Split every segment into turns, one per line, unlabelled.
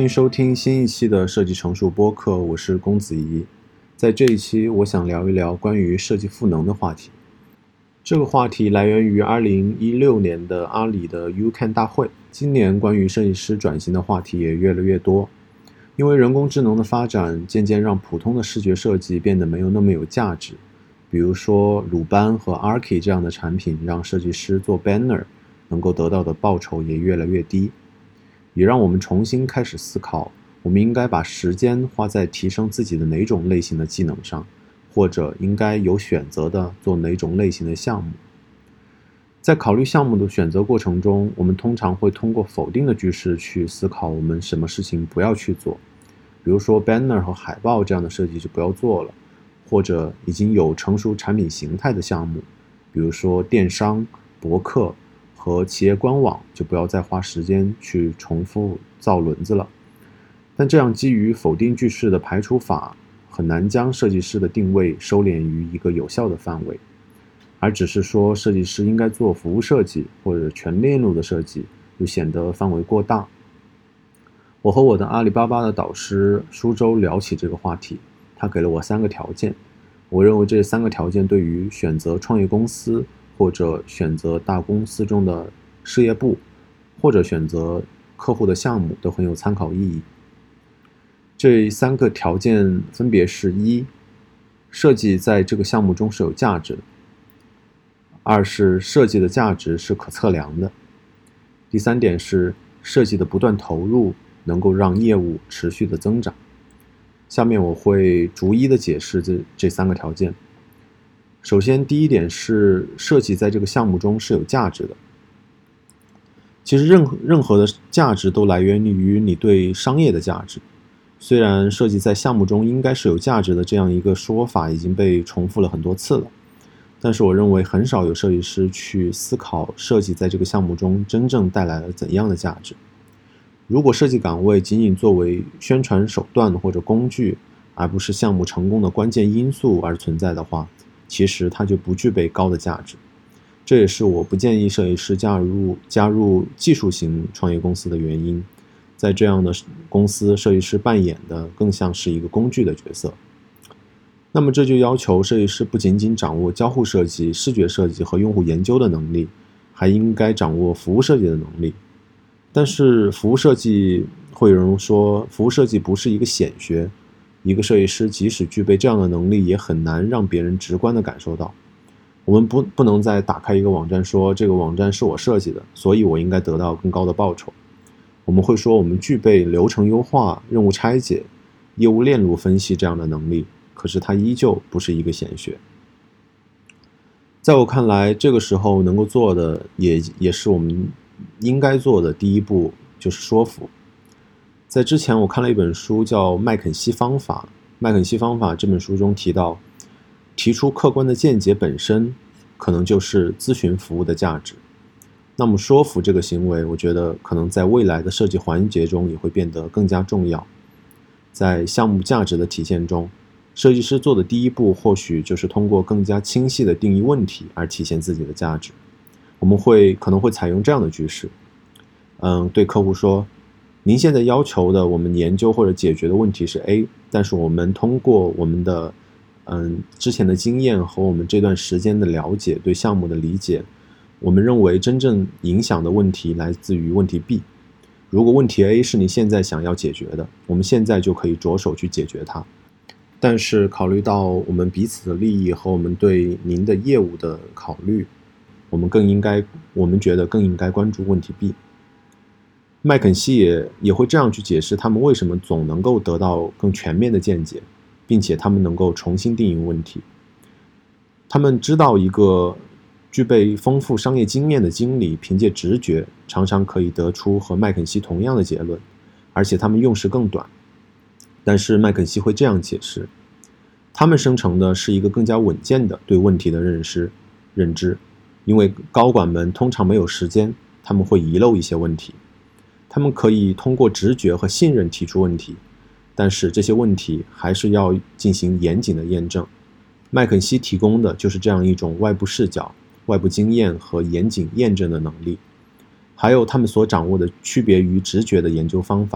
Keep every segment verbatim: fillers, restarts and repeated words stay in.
迎收听新一期的设计成熟播客，我是公子怡。在这一期，我想聊一聊关于设计赋能的话题。这个话题来源于二零一六年的阿里的 U C A N 大会。今年关于设计师转型的话题也越来越多，因为人工智能的发展渐渐让普通的视觉设计变得没有那么有价值。比如说鲁班和 Archi 这样的产品让设计师做 banner 能够得到的报酬也越来越低，也让我们重新开始思考，我们应该把时间花在提升自己的哪种类型的技能上，或者应该有选择的做哪种类型的项目。在考虑项目的选择过程中，我们通常会通过否定的句式去思考我们什么事情不要去做。比如说 banner 和海报这样的设计就不要做了，或者已经有成熟产品形态的项目，比如说电商、博客和企业官网，就不要再花时间去重复造轮子了。但这样基于否定句式的排除法，很难将设计师的定位收敛于一个有效的范围，而只是说设计师应该做服务设计或者全链路的设计，又显得范围过大。我和我的阿里巴巴的导师舒周聊起这个话题，他给了我三个条件。我认为这三个条件对于选择创业公司，或者选择大公司中的事业部，或者选择客户的项目都很有参考意义。这三个条件分别是：一、设计在这个项目中是有价值的；二是设计的价值是可测量的；第三点是设计的不断投入能够让业务持续的增长。下面我会逐一的解释这这三个条件。首先，第一点是设计在这个项目中是有价值的。其实任何任何的价值都来源于你对商业的价值。虽然设计在项目中应该是有价值的这样一个说法已经被重复了很多次了，但是我认为很少有设计师去思考设计在这个项目中真正带来了怎样的价值。如果设计岗位仅仅作为宣传手段或者工具，而不是项目成功的关键因素而存在的话，其实它就不具备高的价值。这也是我不建议设计师加入加入技术型创业公司的原因。在这样的公司，设计师扮演的更像是一个工具的角色。那么这就要求设计师不仅仅掌握交互设计、视觉设计和用户研究的能力，还应该掌握服务设计的能力。但是服务设计，会有人说服务设计不是一个显学，一个设计师即使具备这样的能力，也很难让别人直观地感受到。我们不不能再打开一个网站说这个网站是我设计的，所以我应该得到更高的报酬。我们会说我们具备流程优化、任务拆解、业务链路分析这样的能力，可是它依旧不是一个显学。在我看来，这个时候能够做的也也是我们应该做的第一步，就是说服。在之前我看了一本书叫《麦肯锡方法》，麦肯锡方法这本书中提到，提出客观的见解本身可能就是咨询服务的价值。那么说服这个行为，我觉得可能在未来的设计环节中也会变得更加重要。在项目价值的体现中，设计师做的第一步或许就是通过更加清晰的定义问题而体现自己的价值。我们会可能会采用这样的句式，嗯，对客户说，您现在要求的我们研究或者解决的问题是 A， 但是我们通过我们的嗯之前的经验和我们这段时间的了解，对项目的理解，我们认为真正影响的问题来自于问题 B。 如果问题 A 是你现在想要解决的，我们现在就可以着手去解决它。但是考虑到我们彼此的利益和我们对您的业务的考虑，我们更应该我们觉得更应该关注问题 B。 麦肯锡也也会这样去解释他们为什么总能够得到更全面的见解，并且他们能够重新定义问题。他们知道一个具备丰富商业经验的经理凭借直觉常常可以得出和麦肯锡同样的结论，而且他们用时更短。但是麦肯锡会这样解释，他们生成的是一个更加稳健的对问题的认识认知，因为高管们通常没有时间，他们会遗漏一些问题。他们可以通过直觉和信任提出问题，但是这些问题还是要进行严谨的验证。麦肯锡提供的就是这样一种外部视角、外部经验和严谨验证的能力，还有他们所掌握的区别于直觉的研究方法。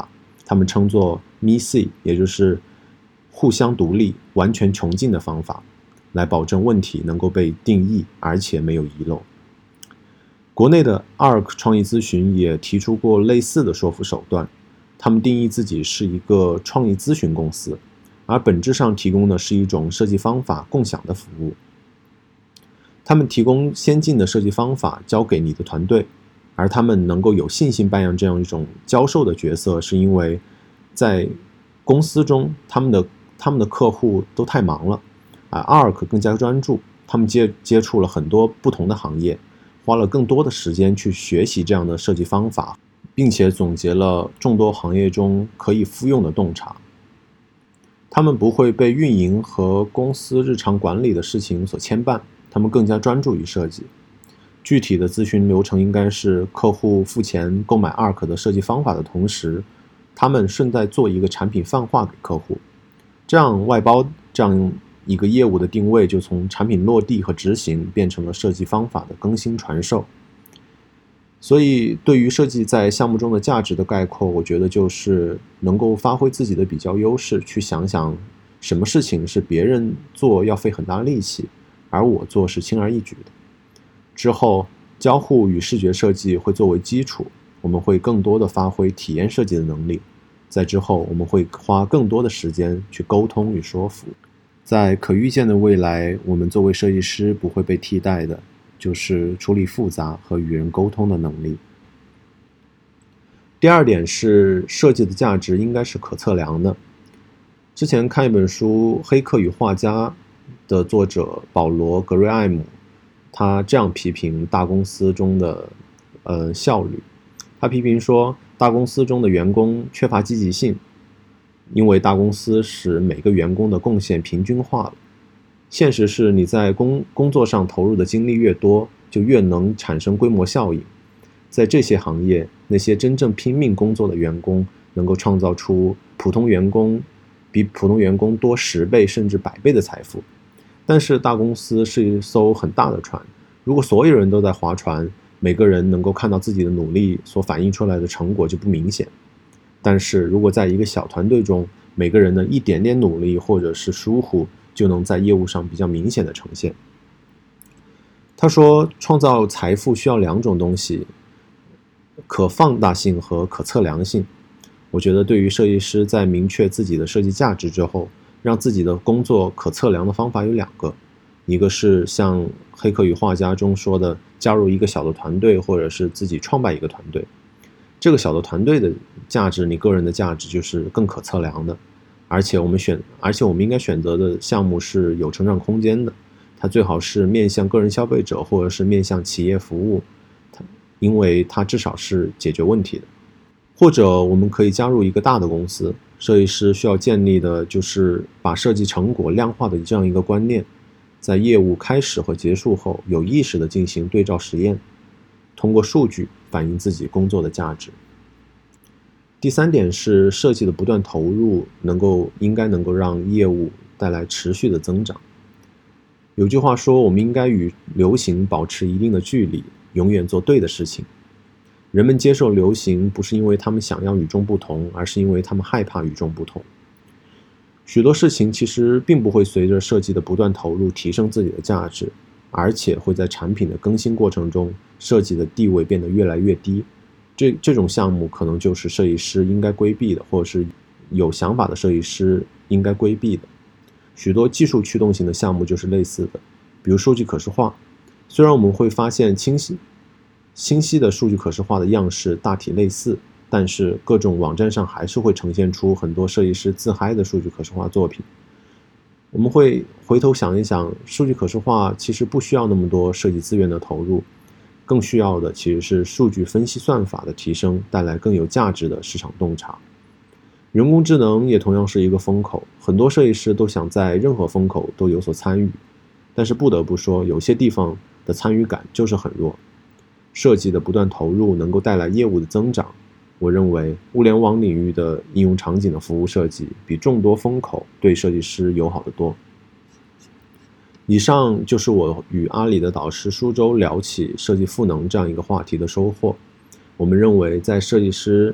他们称作 M I C， 也就是互相独立、完全穷尽的方法，来保证问题能够被定义，而且没有遗漏。国内的 A R K 创意咨询也提出过类似的说服手段，他们定义自己是一个创意咨询公司，而本质上提供的是一种设计方法共享的服务。他们提供先进的设计方法交给你的团队，而他们能够有信心扮演这样一种教授的角色，是因为在公司中他们的他们的客户都太忙了，而 A R K 更加专注，他们接接触了很多不同的行业，花了更多的时间去学习这样的设计方法，并且总结了众多行业中可以复用的洞察。他们不会被运营和公司日常管理的事情所牵绊，他们更加专注于设计。具体的咨询流程应该是客户付钱购买 A R K 的设计方法的同时，他们顺带做一个产品泛化给客户，这样外包这样一个业务的定位就从产品落地和执行变成了设计方法的更新传授。所以对于设计在项目中的价值的概括，我觉得就是能够发挥自己的比较优势，去想想什么事情是别人做要费很大力气，而我做是轻而易举的。之后交互与视觉设计会作为基础，我们会更多的发挥体验设计的能力，在之后我们会花更多的时间去沟通与说服。在可预见的未来，我们作为设计师不会被替代的就是处理复杂和与人沟通的能力。第二点是设计的价值应该是可测量的。之前看一本书《黑客与画家》的作者保罗·格瑞艾姆，他这样批评大公司中的呃效率。他批评说，大公司中的员工缺乏积极性，因为大公司使每个员工的贡献平均化了。现实是你在工工作上投入的精力越多，就越能产生规模效应。在这些行业，那些真正拼命工作的员工能够创造出普通员工比普通员工多十倍甚至百倍的财富。但是大公司是一艘很大的船，如果所有人都在划船，每个人能够看到自己的努力所反映出来的成果就不明显。但是如果在一个小团队中，每个人的一点点努力或者是疏忽就能在业务上比较明显的呈现。他说，创造财富需要两种东西，可放大性和可测量性。我觉得对于设计师在明确自己的设计价值之后，让自己的工作可测量的方法有两个，一个是像《黑客与画家》中说的，加入一个小的团队，或者是自己创办一个团队。这个小的团队的价值，你个人的价值就是更可测量的，而且我们选，而且我们应该选择的项目是有成长空间的，它最好是面向个人消费者或者是面向企业服务，因为它至少是解决问题的。或者我们可以加入一个大的公司，设计师需要建立的就是把设计成果量化的这样一个观念，在业务开始和结束后有意识地进行对照实验，通过数据反映自己工作的价值。第三点是设计的不断投入能够应该能够让业务带来持续的增长。有句话说，我们应该与流行保持一定的距离，永远做对的事情。人们接受流行不是因为他们想要与众不同，而是因为他们害怕与众不同。许多事情其实并不会随着设计的不断投入提升自己的价值，而且会在产品的更新过程中，设计的地位变得越来越低。这这种项目可能就是设计师应该规避的，或者是有想法的设计师应该规避的。许多技术驱动型的项目就是类似的，比如数据可视化。虽然我们会发现清晰清晰的数据可视化的样式大体类似，但是各种网站上还是会呈现出很多设计师自嗨的数据可视化作品。我们会回头想一想，数据可视化其实不需要那么多设计资源的投入，更需要的其实是数据分析算法的提升，带来更有价值的市场洞察。人工智能也同样是一个风口，很多设计师都想在任何风口都有所参与，但是不得不说，有些地方的参与感就是很弱。设计的不断投入能够带来业务的增长，我认为物联网领域的应用场景的服务设计比众多风口对设计师友好得多。以上就是我与阿里的导师舒周聊起设计赋能这样一个话题的收获。我们认为在设计师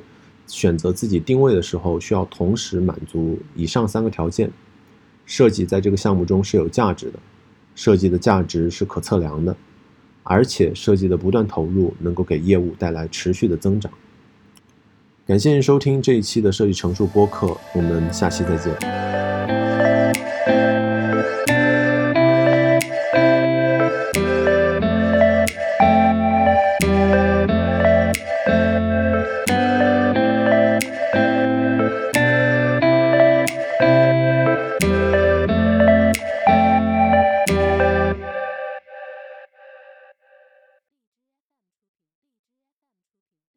选择自己定位的时候，需要同时满足以上三个条件。设计在这个项目中是有价值的，设计的价值是可测量的，而且设计的不断投入能够给业务带来持续的增长。感谢您收听这一期的设计陈述播客，我们下期再见。